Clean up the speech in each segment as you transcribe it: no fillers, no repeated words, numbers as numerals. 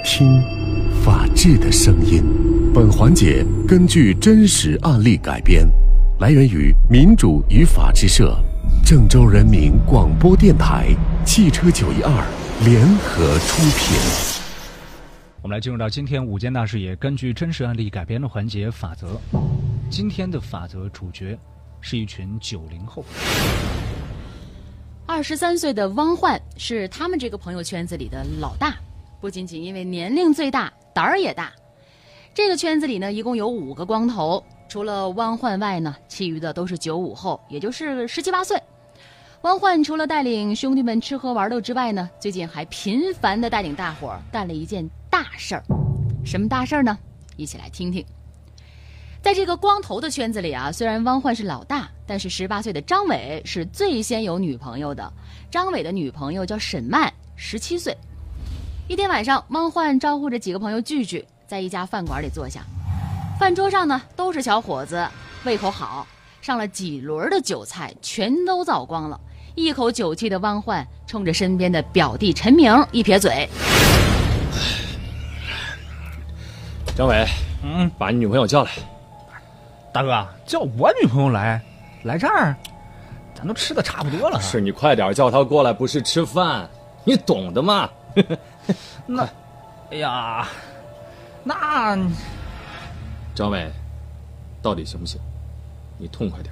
听法治的声音。本环节根据真实案例改编，来源于民主与法治社、郑州人民广播电台、汽车912联合出品。 我们来进入到今天午间大视野根据真实案例改编的环节法则。今天的法则主角是一群90后。 23岁的汪焕是他们这个朋友圈子里的老大，不仅仅因为年龄最大，胆儿也大。这个圈子里呢，一共有5个光头，除了汪焕外呢，其余的都是95后，也就是17、18岁。汪焕除了带领兄弟们吃喝玩乐之外呢，最近还频繁地带领大伙儿干了一件大事儿。什么大事儿呢？一起来听听。在这个光头的圈子里啊，虽然汪焕是老大，但是18岁的张伟是最先有女朋友的。张伟的女朋友叫沈曼，17岁。一天晚上，汪焕招呼着几个朋友聚聚，在一家饭馆里坐下。饭桌上呢，都是小伙子，胃口好，上了几轮的酒菜全都造光了。一口酒气的汪焕冲着身边的表弟陈明一撇嘴： 张伟，把你女朋友叫来。 大哥，叫我女朋友来这儿，咱都吃的差不多了。 是你快点叫她过来，不是吃饭，你懂的嘛。 那，哎呀，那张伟，到底行不行？你痛快点。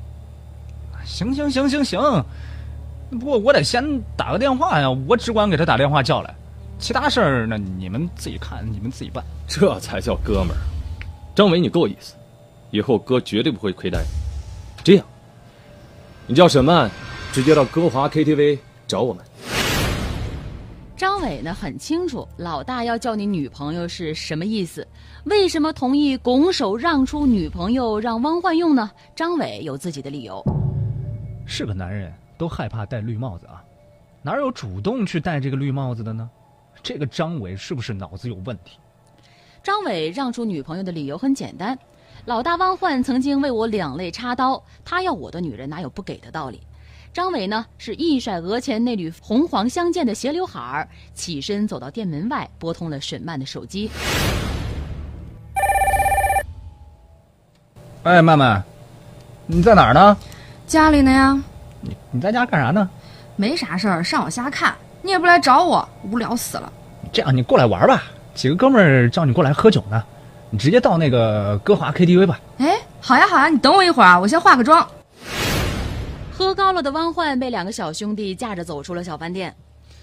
行。不过我得先打个电话呀，我只管给他打电话叫来，其他事儿那你们自己看，你们自己办。 这才叫哥们儿。张伟，你够意思，以后哥绝对不会亏待你。这样，你叫沈曼，直接到歌华 KTV 找我们。 张伟呢很清楚老大要叫你女朋友是什么意思，为什么同意拱手让出女朋友让汪焕用呢？张伟有自己的理由。 是个男人都害怕戴绿帽子啊，哪有主动去戴这个绿帽子的呢？这个张伟是不是脑子有问题？ 张伟让出女朋友的理由很简单，老大汪焕曾经为我两肋插刀，他要我的女人哪有不给的道理？张伟呢是一甩额前那缕红黄相间的斜刘海，起身走到店门外，拨通了沈曼的手机。 哎，曼曼，你在哪儿呢？ 家里呢呀。 你在家干啥呢？ 没啥事儿，上网瞎看。你也不来找我，无聊死了。 这样，你过来玩吧，几个哥们儿叫你过来喝酒呢。你直接到那个歌华 KTV 吧。 哎，好呀，你等我一会儿啊，我先化个妆。 喝高了的汪焕被2个小兄弟架着走出了小饭店。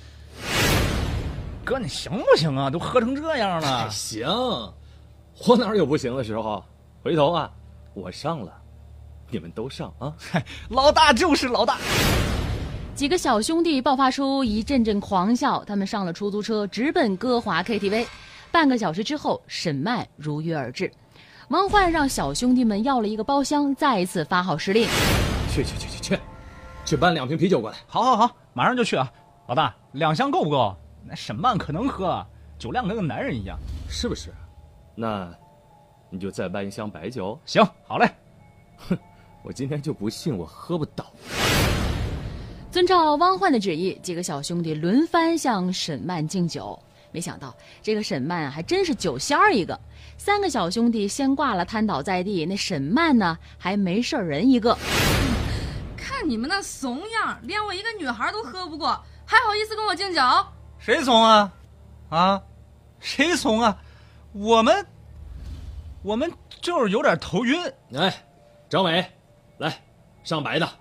哥，你行不行啊？都喝成这样了。 行，我哪有不行的时候？回头啊，我上了，你们都上啊！ 老大就是老大。 几个小兄弟爆发出一阵阵狂笑，他们上了出租车，直奔歌华 KTV。半个小时之后，沈曼如约而至。汪焕让小兄弟们要了一个包厢，再一次发号施令： 去搬2瓶啤酒过来。 好，马上就去啊！老大，2箱够不够？那沈曼可能喝，酒量跟个男人一样， 是不是？那你就再搬1箱白酒。 行，好嘞。 哼，我今天就不信我喝不倒。 遵照汪焕的旨意，几个小兄弟轮番向沈曼敬酒。没想到这个沈曼还真是酒仙儿一个，3个小兄弟先挂了，瘫倒在地，那沈曼呢还没事人一个。 看你们那怂样，连我一个女孩都喝不过，还好意思跟我敬酒？ 谁怂啊？啊，谁怂啊？我们就是有点头晕。 哎，张伟，来上白的。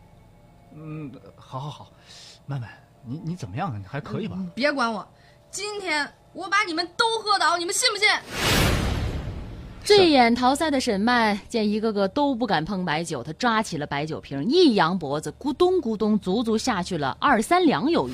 好，曼曼，你怎么样？你还可以吧？ 别管我，今天我把你们都喝倒，你们信不信？ 醉眼桃腮的沈曼见一个个都不敢碰白酒，他抓起了白酒瓶，一扬脖子，咕咚咕咚，足足下去了2、3两有余。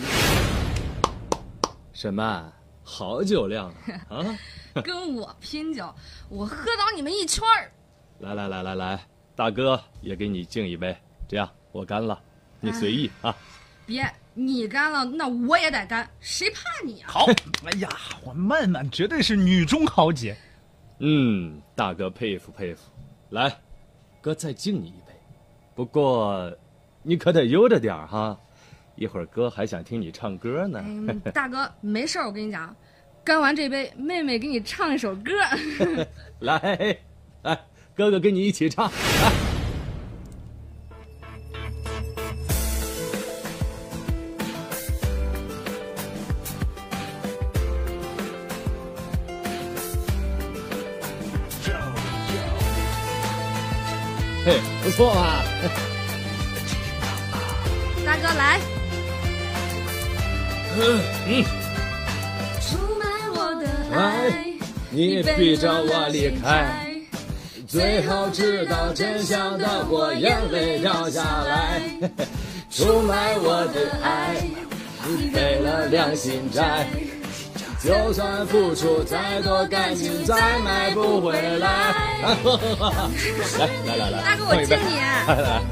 沈曼，好酒量啊！ 跟我拼酒，我喝倒你们一圈儿。 来，大哥也给你敬一杯，这样我干了，你随意啊。 别，你干了，那我也得干，谁怕你啊？ 好，哎呀，我曼曼绝对是女中豪杰。 大哥佩服。来，哥再敬你一杯，不过你可得悠着点哈，一会儿哥还想听你唱歌呢。 大哥，没事儿，我跟你讲， 干完这杯，妹妹给你唱一首歌。 来，哥哥跟你一起唱。来，嘿，不错吧？ 大哥来。出卖我的爱， 你逼着我离开，最后知道真相的我眼泪掉下来。出卖我的爱，你背了良心债，就算付出再多感情再买不回来。来， 大哥我敬你。 来。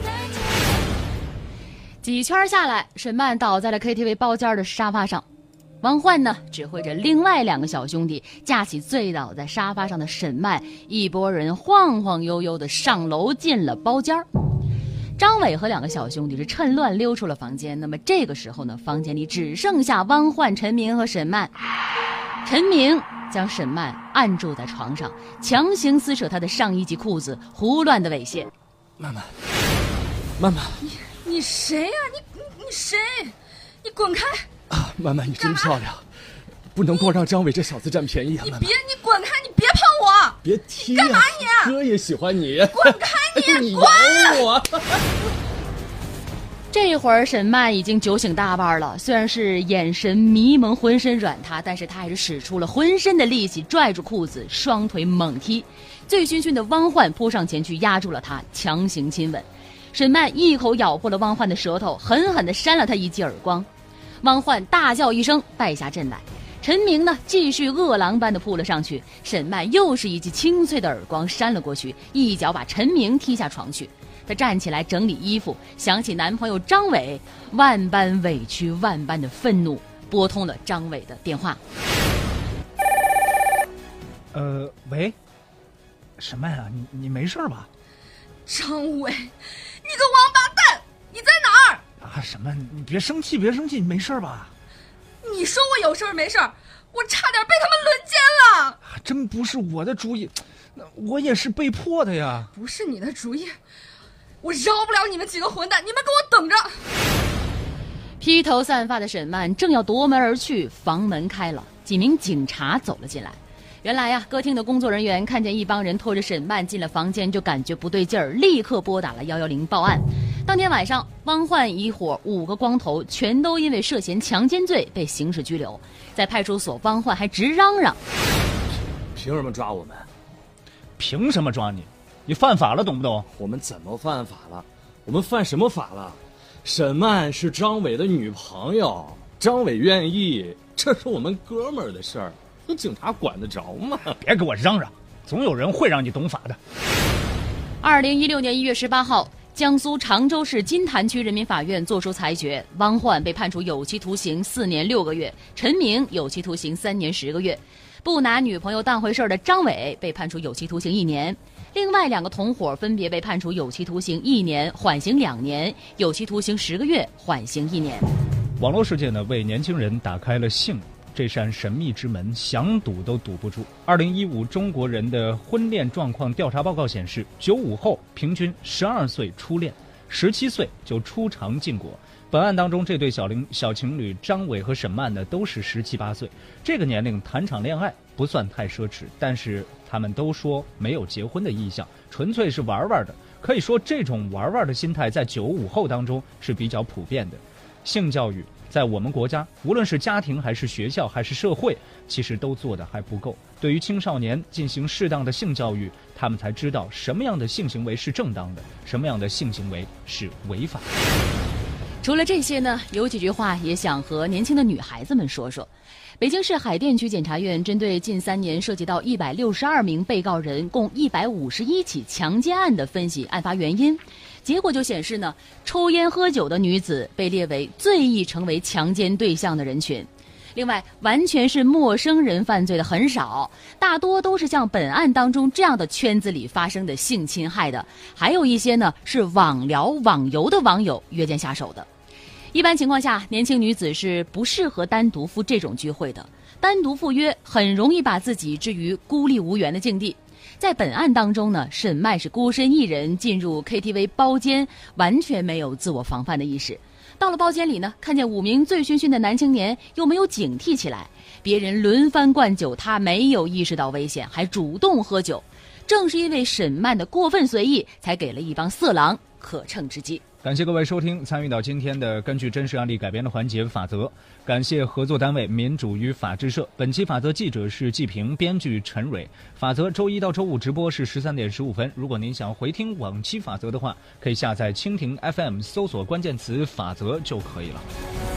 几圈下来，沈曼倒在了 KTV 包间的沙发上，王焕呢指挥着另外2个小兄弟架起醉倒在沙发上的沈曼，一拨人晃晃悠悠地上楼进了包间。张伟和2个小兄弟是趁乱溜出了房间。那么这个时候呢，房间里只剩下汪焕、陈明和沈曼。陈明将沈曼按住在床上，强行撕扯她的上衣及裤子，胡乱的猥亵。 曼曼， 你谁呀？你谁？你滚开！ 啊，曼曼，你真漂亮，不能光让张伟这小子占便宜啊！ 你滚开！你别碰我！ 别踢呀！ 干嘛你？ 哥也喜欢你。 滚开你！ 你滚！ 咬我！ 这会儿沈曼已经酒醒大半了，虽然是眼神迷蒙，浑身软塌，但是他还是使出了浑身的力气，拽住裤子，双腿猛踢。醉醺醺的汪焕扑上前去压住了他，强行亲吻。沈曼一口咬破了汪焕的舌头，狠狠地扇了他一记耳光。汪焕大叫一声，败下阵来。陈明呢，继续饿狼般的扑了上去，沈曼又是一记清脆的耳光扇了过去，一脚把陈明踢下床去。她站起来整理衣服，想起男朋友张伟，万般委屈，万般的愤怒，拨通了张伟的电话。 喂，沈曼啊，你没事吧？ 张伟，你个王八蛋，你在哪儿？ 啊，沈曼，你别生气，你没事吧？ 你说我有事儿没事儿，我差点被他们轮奸了。 真不是我的主意，我也是被迫的呀。 不是你的主意，我饶不了你们几个混蛋，你们给我等着！ 披头散发的沈曼正要夺门而去，房门开了，几名警察走了进来。原来呀，歌厅的工作人员看见一帮人拖着沈曼进了房间，就感觉不对劲儿，立刻拨打了110报案。当天晚上，汪焕一伙5个光头全都因为涉嫌强奸罪被刑事拘留。在派出所，汪焕还直嚷嚷： 凭什么抓我们？ 凭什么抓你？你犯法了，懂不懂？ 我们怎么犯法了？我们犯什么法了？沈曼是张伟的女朋友，张伟愿意，这是我们哥们儿的事儿，那警察管得着吗？ 别给我嚷嚷，总有人会让你懂法的。 2016年1月18号，江苏常州市金坛区人民法院作出裁决，汪焕被判处有期徒刑4年6个月，陈明有期徒刑3年10个月。不拿女朋友当回事的张伟被判处有期徒刑1年，另外2个同伙分别被判处有期徒刑1年，缓刑2年，有期徒刑10个月，缓刑1年。 网络世界呢，为年轻人打开了性这扇神秘之门，想堵都堵不住。2015中国人的婚恋状况调查报告显示，95后平均12岁初恋，17岁就初尝禁果。本案当中，这对小情侣张伟和沈曼呢，都是17、18岁。这个年龄谈场恋爱不算太奢侈，但是他们都说没有结婚的意向，纯粹是玩玩的。可以说，这种玩玩的心态在95后当中是比较普遍的。性教育在我们国家，无论是家庭还是学校还是社会，其实都做得还不够。对于青少年进行适当的性教育，他们才知道什么样的性行为是正当的，什么样的性行为是违法的。 除了这些呢，有几句话也想和年轻的女孩子们说说。北京市海淀区检察院针对近3年涉及到162名被告人共151起强奸案的分析案发原因，结果就显示呢，抽烟喝酒的女子被列为最易成为强奸对象的人群。另外，完全是陌生人犯罪的很少，大多都是像本案当中这样的圈子里发生的性侵害的，还有一些呢是网聊网游的网友约见下手的。一般情况下，年轻女子是不适合单独赴这种聚会的， 单独赴约很容易把自己置于孤立无援的境地。在本案当中呢，沈麦是孤身一人进入 KTV 包间，完全没有自我防范的意识。到了包间里呢，看见5名醉醺醺的男青年，又没有警惕起来，别人轮番灌酒，他没有意识到危险，还主动喝酒。正是因为沈曼的过分随意，才给了一帮色狼可乘之机。 感谢各位收听参与到今天的根据真实案例改编的环节法则，感谢合作单位民主与法制社。本期法则记者是季平，编剧陈蕊。法则周一到周五直播是13点15分。如果您想回听往期法则的话，可以下载蜻蜓 FM 搜索关键词法则就可以了。